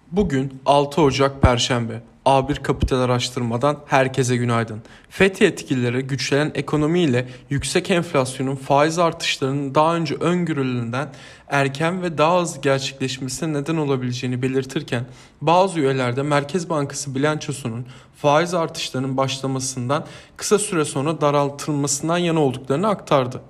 Bugün 6 Ocak Perşembe. A1 Kapital Araştırma'dan herkese günaydın. FED yetkilileri güçlenen ekonomiyle yüksek enflasyonun faiz artışlarının daha önce öngörülenden erken ve daha hızlı gerçekleşmesine neden olabileceğini belirtirken bazı üyelerde Merkez Bankası bilançosunun faiz artışlarının başlamasından kısa süre sonra daraltılmasından yana olduklarını aktardı.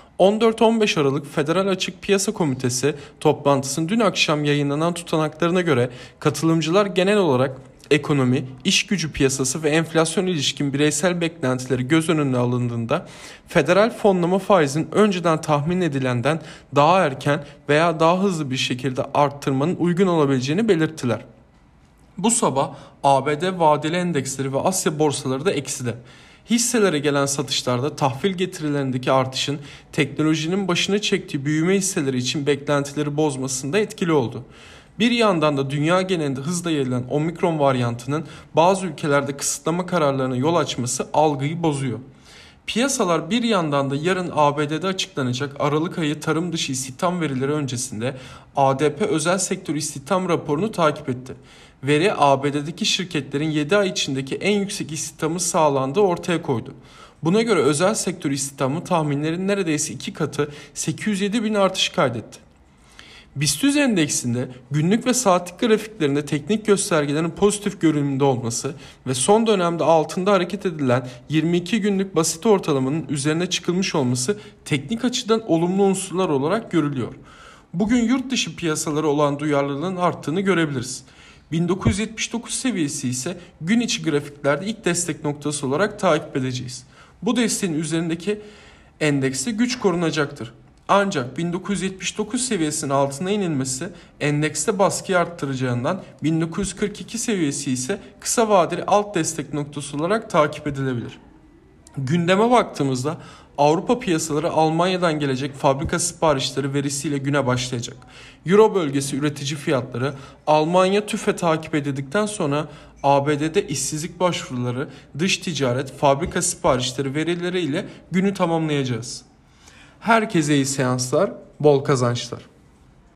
14-15 Aralık Federal Açık Piyasa Komitesi toplantısının dün akşam yayınlanan tutanaklarına göre katılımcılar genel olarak ekonomi, iş gücü piyasası ve enflasyon ilişkin bireysel beklentileri göz önüne alındığında federal fonlama faizinin önceden tahmin edilenden daha erken veya daha hızlı bir şekilde arttırmanın uygun olabileceğini belirttiler. Bu sabah ABD vadeli endeksleri ve Asya borsaları da ekside. Hisselere gelen satışlarda tahvil getirilerindeki artışın teknolojinin başını çektiği büyüme hisseleri için beklentileri bozmasında etkili oldu. Bir yandan da dünya genelinde hızla yayılan omikron varyantının bazı ülkelerde kısıtlama kararlarına yol açması algıyı bozuyor. Piyasalar bir yandan da yarın ABD'de açıklanacak Aralık ayı tarım dışı istihdam verileri öncesinde ADP özel sektör istihdam raporunu takip etti. Veri ABD'deki şirketlerin 7 ay içindeki en yüksek istihdamı sağlandığı ortaya koydu. Buna göre özel sektör istihdamı tahminlerin neredeyse 2 katı 807 bin artış kaydetti. BIST endeksinde günlük ve saatlik grafiklerinde teknik göstergelerin pozitif görünümde olması ve son dönemde altında hareket edilen 22 günlük basit ortalamanın üzerine çıkılmış olması teknik açıdan olumlu unsurlar olarak görülüyor. Bugün yurt dışı piyasalara olan duyarlılığın arttığını görebiliriz. 1979 seviyesi ise gün içi grafiklerde ilk destek noktası olarak takip edeceğiz. Bu desteğin üzerindeki endekste güç korunacaktır. Ancak 1979 seviyesinin altına inilmesi endekste baskıyı arttıracağından 1942 seviyesi ise kısa vadeli alt destek noktası olarak takip edilebilir. Gündeme baktığımızda Avrupa piyasaları Almanya'dan gelecek fabrika siparişleri verisiyle güne başlayacak. Euro bölgesi üretici fiyatları Almanya TÜFE takip edildikten sonra ABD'de işsizlik başvuruları, dış ticaret, fabrika siparişleri verileriyle günü tamamlayacağız. Herkese iyi seanslar, bol kazançlar.